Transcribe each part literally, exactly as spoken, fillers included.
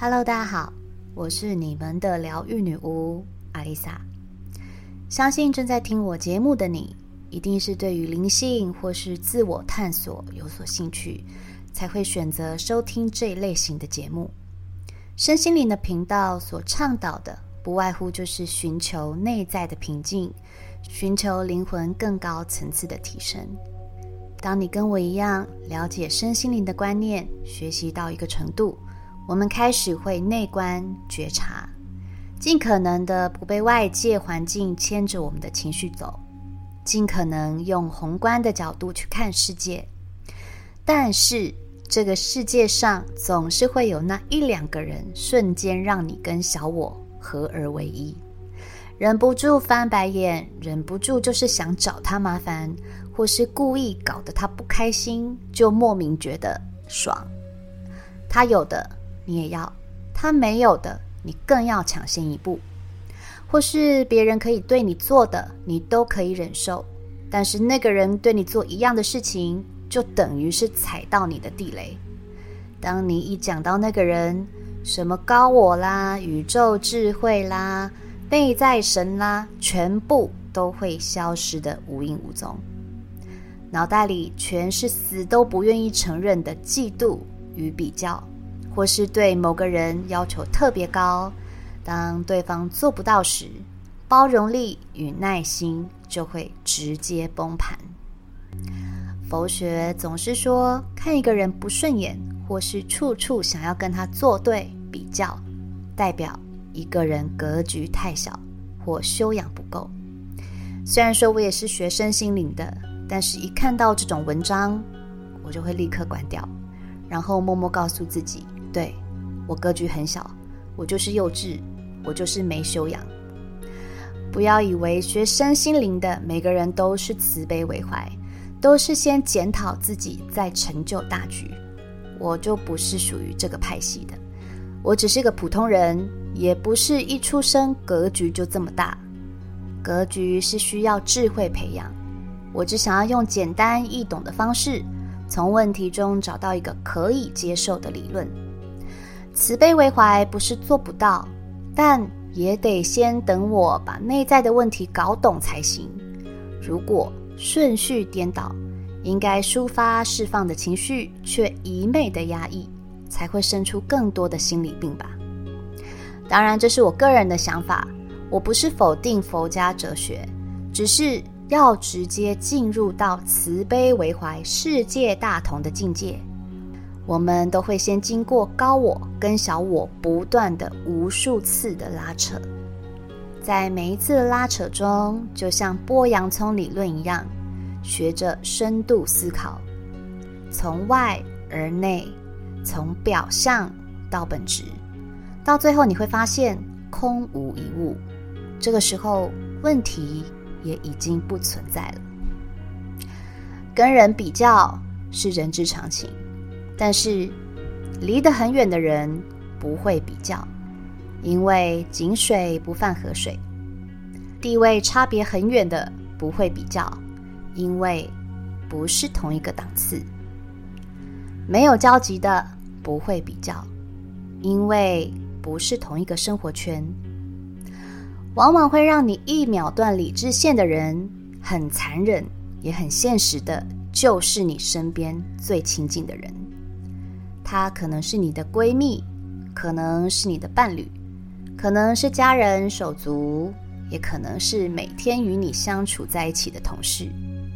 Hello， 大家好，我是你们的疗愈女巫阿丽莎。相信正在听我节目的你，一定是对于灵性或是自我探索有所兴趣，才会选择收听这一类型的节目。身心灵的频道所倡导的，不外乎就是寻求内在的平静，寻求灵魂更高层次的提升。当你跟我一样了解身心灵的观念，学习到一个程度，我们开始会内观觉察，尽可能的不被外界环境牵着我们的情绪走，尽可能用宏观的角度去看世界。但是这个世界上总是会有那一两个人，瞬间让你跟小我合而为一，忍不住翻白眼，忍不住就是想找他麻烦，或是故意搞得他不开心，就莫名觉得爽。他有的你也要，他没有的你更要抢先一步，或是别人可以对你做的你都可以忍受，但是那个人对你做一样的事情，就等于是踩到你的地雷。当你一讲到那个人，什么高我啦、宇宙智慧啦、内在神啦，全部都会消失的无影无踪，脑袋里全是死都不愿意承认的嫉妒与比较，或是对某个人要求特别高，当对方做不到时，包容力与耐心就会直接崩盘。佛学总是说，看一个人不顺眼，或是处处想要跟他作对比较，代表一个人格局太小或修养不够。虽然说我也是学身心灵的，但是一看到这种文章，我就会立刻关掉，然后默默告诉自己，对，我格局很小，我就是幼稚，我就是没修养。不要以为学身心灵的每个人都是慈悲为怀，都是先检讨自己再成就大局。我就不是属于这个派系的，我只是个普通人，也不是一出生格局就这么大。格局是需要智慧培养，我只想要用简单易懂的方式，从问题中找到一个可以接受的理论。慈悲为怀不是做不到，但也得先等我把内在的问题搞懂才行。如果顺序颠倒，应该抒发释放的情绪却一昧的压抑，才会生出更多的心理病吧。当然这是我个人的想法，我不是否定佛家哲学，只是要直接进入到慈悲为怀、世界大同的境界，我们都会先经过高我跟小我不断的无数次的拉扯。在每一次的拉扯中，就像剥洋葱理论一样，学着深度思考，从外而内，从表象到本质，到最后你会发现空无一物。这个时候问题也已经不存在了。跟人比较是人之常情，但是离得很远的人不会比较，因为井水不犯河水。地位差别很远的不会比较，因为不是同一个档次。没有交集的不会比较，因为不是同一个生活圈。往往会让你一秒断理智线的人，很残忍也很现实的，就是你身边最亲近的人。他可能是你的闺蜜，可能是你的伴侣，可能是家人手足，也可能是每天与你相处在一起的同事。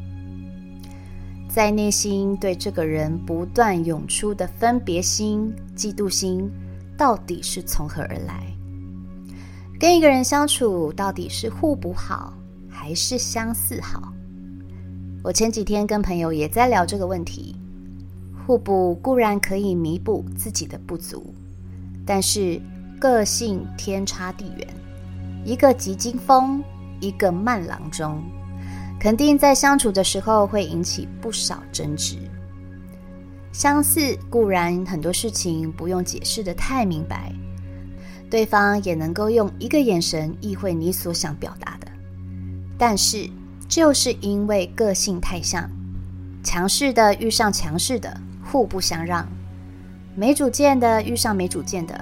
在内心对这个人不断涌出的分别心、嫉妒心，到底是从何而来？跟一个人相处，到底是互补好，还是相似好？我前几天跟朋友也在聊这个问题。互补固然可以弥补自己的不足，但是个性天差地远，一个急惊风，一个慢郎中，肯定在相处的时候会引起不少争执。相似固然很多事情不用解释得太明白，对方也能够用一个眼神意会你所想表达的，但是就是因为个性太像，强势的遇上强势的，互不相让，没主见的遇上没主见的，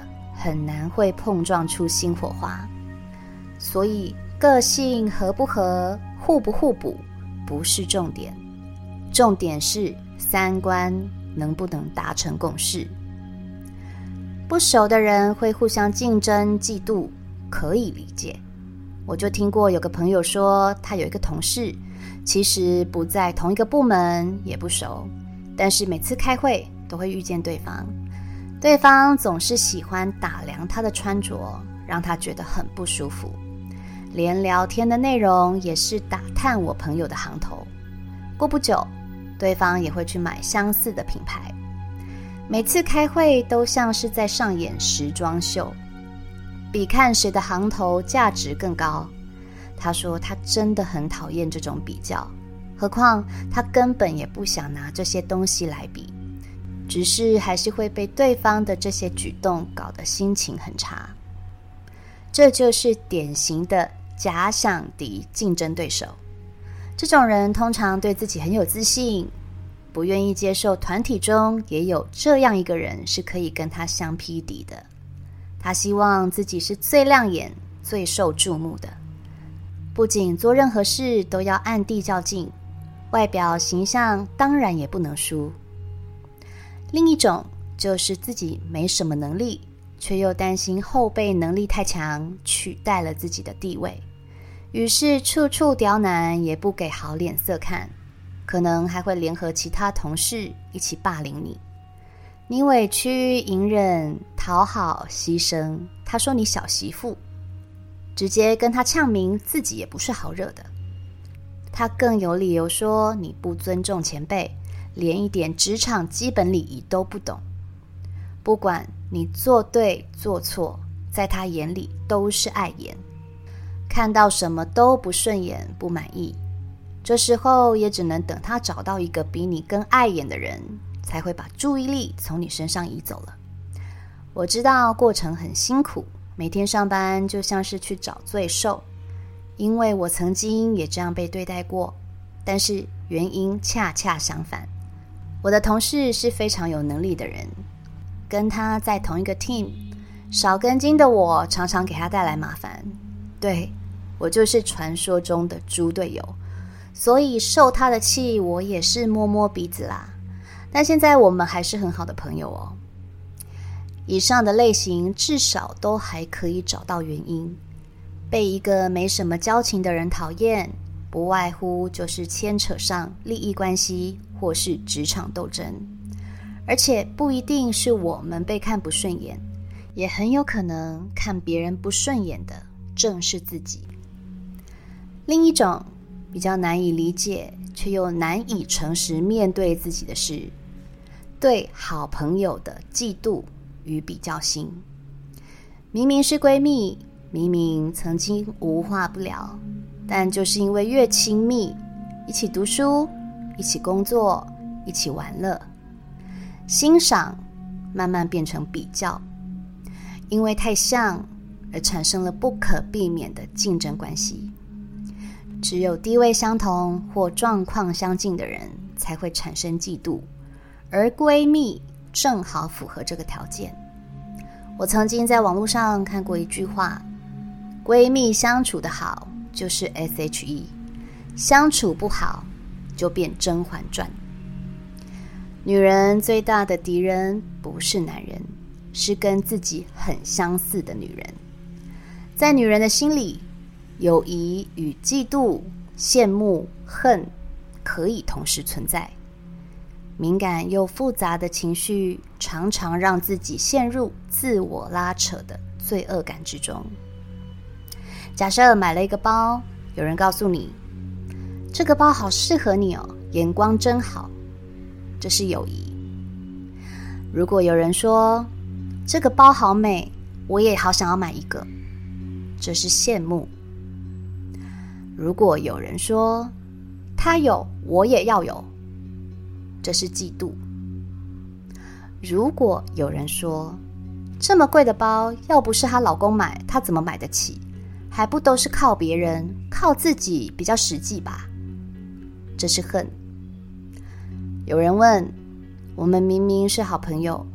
很难会碰撞出新火花。所以个性合不合、互不互补不是重点，重点是三观能不能达成共识。不熟的人会互相竞争、嫉妒，可以理解。我就听过有个朋友说，他有一个同事，其实不在同一个部门，也不熟，但是每次开会都会遇见对方，对方总是喜欢打量他的穿着，让他觉得很不舒服，连聊天的内容也是打探我朋友的行头。过不久，对方也会去买相似的品牌，每次开会都像是在上演时装秀，比看谁的行头价值更高。他说他真的很讨厌这种比较，何况他根本也不想拿这些东西来比，只是还是会被对方的这些举动搞得心情很差。这就是典型的假想敌竞争对手。这种人通常对自己很有自信，不愿意接受团体中也有这样一个人是可以跟他相匹敌的。他希望自己是最亮眼、最受注目的，不仅做任何事都要暗地较劲，外表形象当然也不能输。另一种就是自己没什么能力，却又担心后辈能力太强，取代了自己的地位，于是处处刁难，也不给好脸色看，可能还会联合其他同事一起霸凌你。你委屈、隐忍、讨好、牺牲，他说你小媳妇，直接跟他呛明自己也不是好惹的。他更有理由说你不尊重前辈，连一点职场基本礼仪都不懂。不管你做对做错，在他眼里都是碍眼，看到什么都不顺眼、不满意。这时候也只能等他找到一个比你更碍眼的人，才会把注意力从你身上移走了。我知道过程很辛苦，每天上班就像是去找罪受，因为我曾经也这样被对待过，但是原因恰恰相反。我的同事是非常有能力的人，跟他在同一个 team， 少根筋的我常常给他带来麻烦。对，我就是传说中的猪队友，所以受他的气我也是摸摸鼻子啦。但现在我们还是很好的朋友哦。以上的类型至少都还可以找到原因。被一个没什么交情的人讨厌，不外乎就是牵扯上利益关系或是职场斗争，而且不一定是我们被看不顺眼，也很有可能看别人不顺眼的正是自己。另一种比较难以理解却又难以诚实面对自己的是对好朋友的嫉妒与比较心。明明是闺蜜，明明曾经无话不聊，但就是因为越亲密，一起读书，一起工作，一起玩乐，欣赏慢慢变成比较，因为太像而产生了不可避免的竞争关系。只有地位相同或状况相近的人才会产生嫉妒，而闺蜜正好符合这个条件。我曾经在网络上看过一句话，闺蜜相处得好就是 S H E， 相处不好就变甄嬛传。女人最大的敌人不是男人，是跟自己很相似的女人。在女人的心里，友谊与嫉妒、羡慕、恨可以同时存在。敏感又复杂的情绪常常让自己陷入自我拉扯的罪恶感之中。假设买了一个包，有人告诉你，这个包好适合你哦，眼光真好，这是友谊。如果有人说，这个包好美，我也好想要买一个，这是羡慕。如果有人说，他有，我也要有，这是嫉妒。如果有人说，这么贵的包要不是她老公买，她怎么买得起？还不都是靠别人，靠自己比较实际吧？这是恨。有人问，我们明明是好朋友，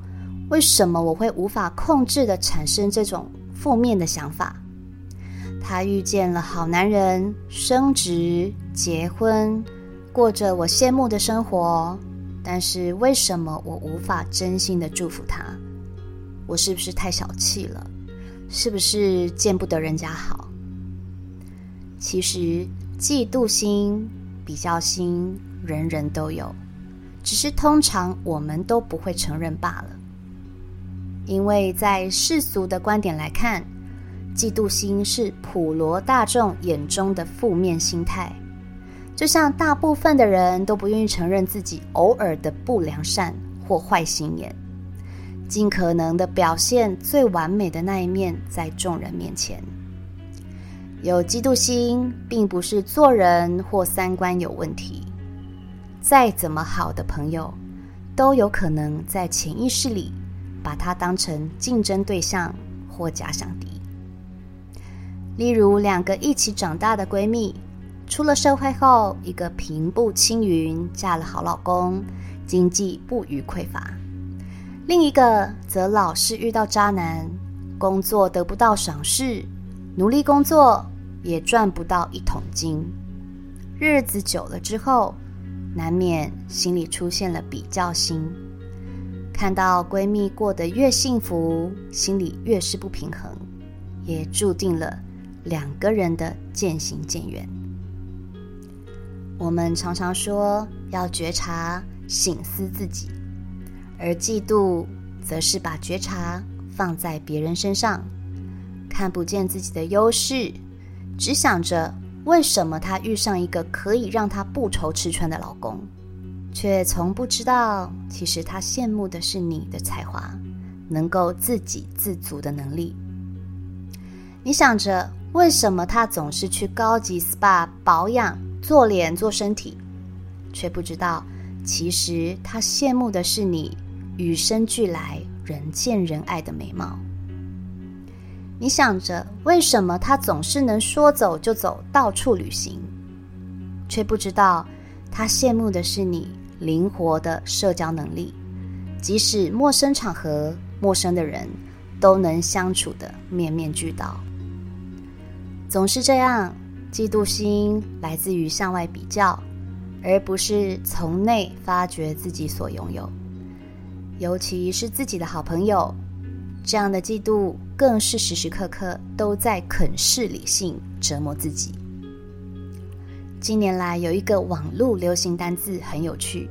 为什么我会无法控制地产生这种负面的想法？他遇见了好男人，升职、结婚，过着我羡慕的生活，但是为什么我无法真心地祝福他？我是不是太小气了？是不是见不得人家好？其实嫉妒心、比较心人人都有，只是通常我们都不会承认罢了。因为在世俗的观点来看，嫉妒心是普罗大众眼中的负面心态，就像大部分的人都不愿意承认自己偶尔的不良善或坏心眼，尽可能的表现最完美的那一面在众人面前。有嫉妒心并不是做人或三观有问题，再怎么好的朋友都有可能在潜意识里把它当成竞争对象或假想敌。例如两个一起长大的闺蜜，出了社会后，一个平步青云，嫁了好老公，经济不虞匮乏，另一个则老是遇到渣男，工作得不到赏识，努力工作也赚不到一桶金。日子久了之后，难免心里出现了比较心，看到闺蜜过得越幸福，心里越是不平衡，也注定了两个人的渐行渐远。我们常常说要觉察、省思自己，而嫉妒则是把觉察放在别人身上，看不见自己的优势，只想着为什么她遇上一个可以让她不愁吃穿的老公，却从不知道其实她羡慕的是你的才华，能够自给自足的能力。你想着为什么他总是去高级 S P A 保养、做脸、做身体，却不知道其实他羡慕的是你与生俱来、人见人爱的美貌。你想着为什么他总是能说走就走，到处旅行，却不知道他羡慕的是你灵活的社交能力，即使陌生场合、陌生的人都能相处的面面俱到。总是这样，嫉妒心来自于向外比较，而不是从内发掘自己所拥有，尤其是自己的好朋友，这样的嫉妒更是时时刻刻都在啃噬理性，折磨自己。近年来有一个网络流行单字很有趣，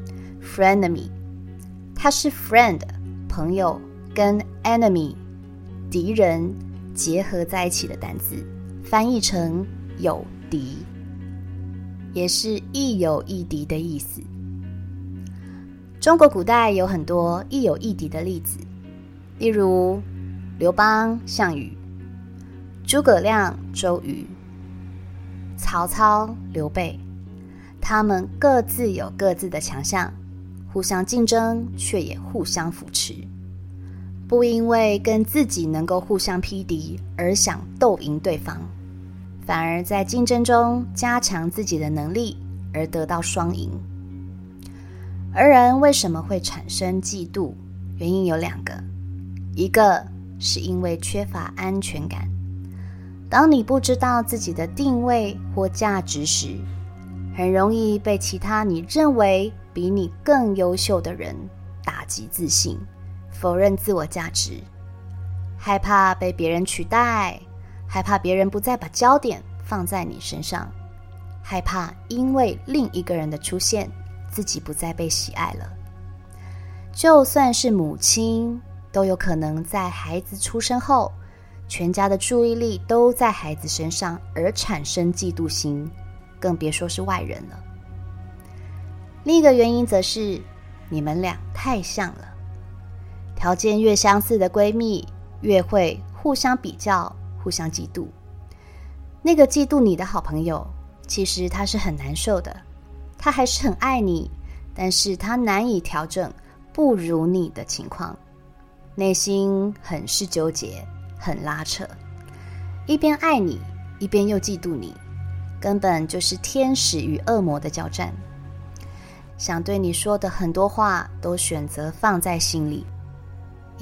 frenemy， 它是 friend 朋友跟 enemy 敌人结合在一起的单字，翻译成友敌，也是亦友亦敌的意思。中国古代有很多亦友亦敌的例子，例如刘邦、项羽，诸葛亮、周瑜，曹操、刘备，他们各自有各自的强项，互相竞争，却也互相扶持，不因为跟自己能够互相匹敌而想斗赢对方，反而在竞争中加强自己的能力，而得到双赢。而人为什么会产生嫉妒？原因有两个，一个是因为缺乏安全感。当你不知道自己的定位或价值时，很容易被其他你认为比你更优秀的人打击自信，否认自我价值，害怕被别人取代，害怕别人不再把焦点放在你身上，害怕因为另一个人的出现，自己不再被喜爱了。就算是母亲，都有可能在孩子出生后，全家的注意力都在孩子身上而产生嫉妒心，更别说是外人了。另一个原因则是你们俩太像了，条件越相似的闺蜜越会互相比较，互相嫉妒。那个嫉妒你的好朋友，其实他是很难受的，他还是很爱你，但是他难以调整不如你的情况，内心很是纠结，很拉扯，一边爱你，一边又嫉妒你，根本就是天使与恶魔的交战。想对你说的很多话，都选择放在心里，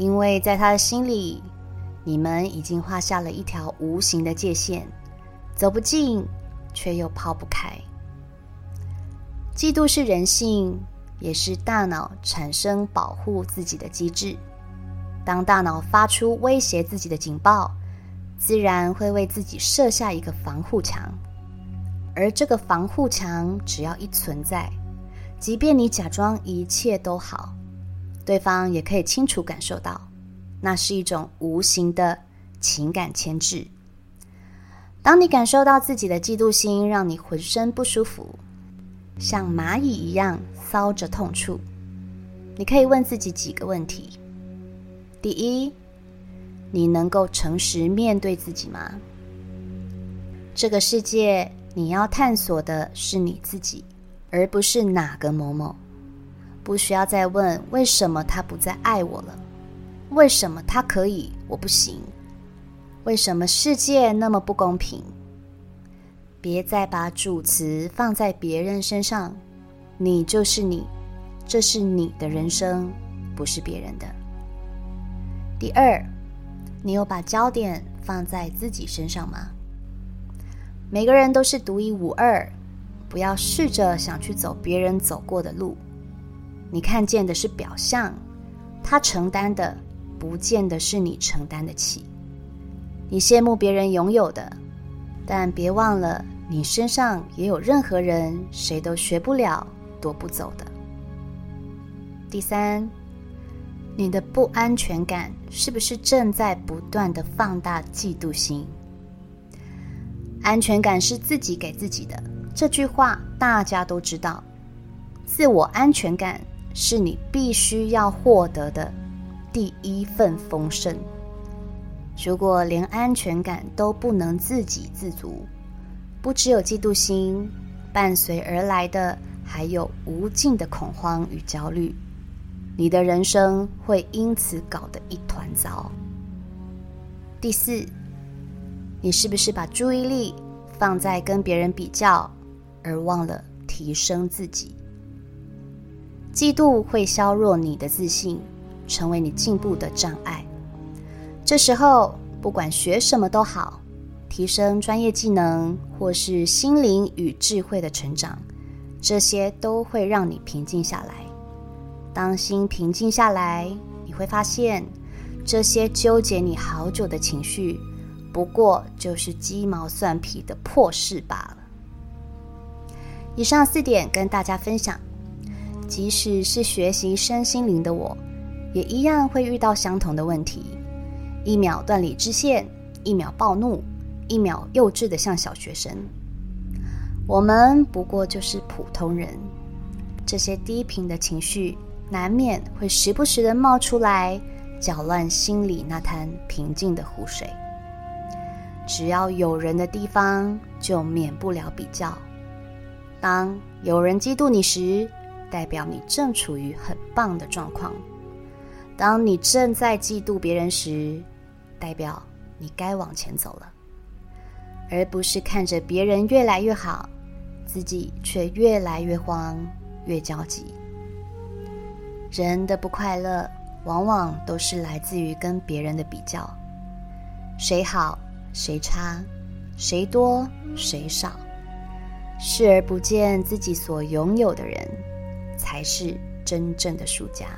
因为在他的心里，你们已经画下了一条无形的界限，走不近，却又抛不开。嫉妒是人性，也是大脑产生保护自己的机制。当大脑发出威胁自己的警报，自然会为自己设下一个防护墙。而这个防护墙只要一存在，即便你假装一切都好，对方也可以清楚感受到，那是一种无形的情感牵制。当你感受到自己的嫉妒心让你浑身不舒服，像蚂蚁一样搔着痛处，你可以问自己几个问题。第一，你能够诚实面对自己吗？这个世界你要探索的是你自己，而不是哪个某某。不需要再问为什么他不再爱我了，为什么他可以我不行，为什么世界那么不公平。别再把主词放在别人身上，你就是你，这是你的人生，不是别人的。第二，你有把焦点放在自己身上吗？每个人都是独一无二，不要试着想去走别人走过的路。你看见的是表象，他承担的不见得是你承担得起。你羡慕别人拥有的，但别忘了你身上也有任何人谁都学不了夺不走的。第三，你的不安全感是不是正在不断的放大嫉妒心？安全感是自己给自己的，这句话大家都知道。自我安全感是你必须要获得的第一份丰盛。如果连安全感都不能自给自足，不只有嫉妒心，伴随而来的还有无尽的恐慌与焦虑，你的人生会因此搞得一团糟。第四，你是不是把注意力放在跟别人比较，而忘了提升自己？嫉妒会削弱你的自信，成为你进步的障碍。这时候，不管学什么都好，提升专业技能，或是心灵与智慧的成长，这些都会让你平静下来。当心平静下来，你会发现，这些纠结你好久的情绪，不过就是鸡毛蒜皮的破事罢了。以上四点跟大家分享，即使是学习身心灵的我，也一样会遇到相同的问题。一秒断理智线，一秒暴怒，一秒幼稚的像小学生。我们不过就是普通人，这些低频的情绪难免会时不时的冒出来，搅乱心里那滩平静的湖水。只要有人的地方，就免不了比较。当有人嫉妒你时，代表你正处于很棒的状况。当你正在嫉妒别人时，代表你该往前走了，而不是看着别人越来越好，自己却越来越慌，越焦急。人的不快乐往往都是来自于跟别人的比较，谁好谁差，谁多谁少，视而不见自己所拥有的人，才是真正的输家。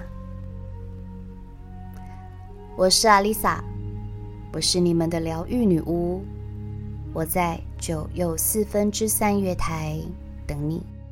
我是阿丽萨，我是你们的疗愈女巫，我在九又四分之三月台等你。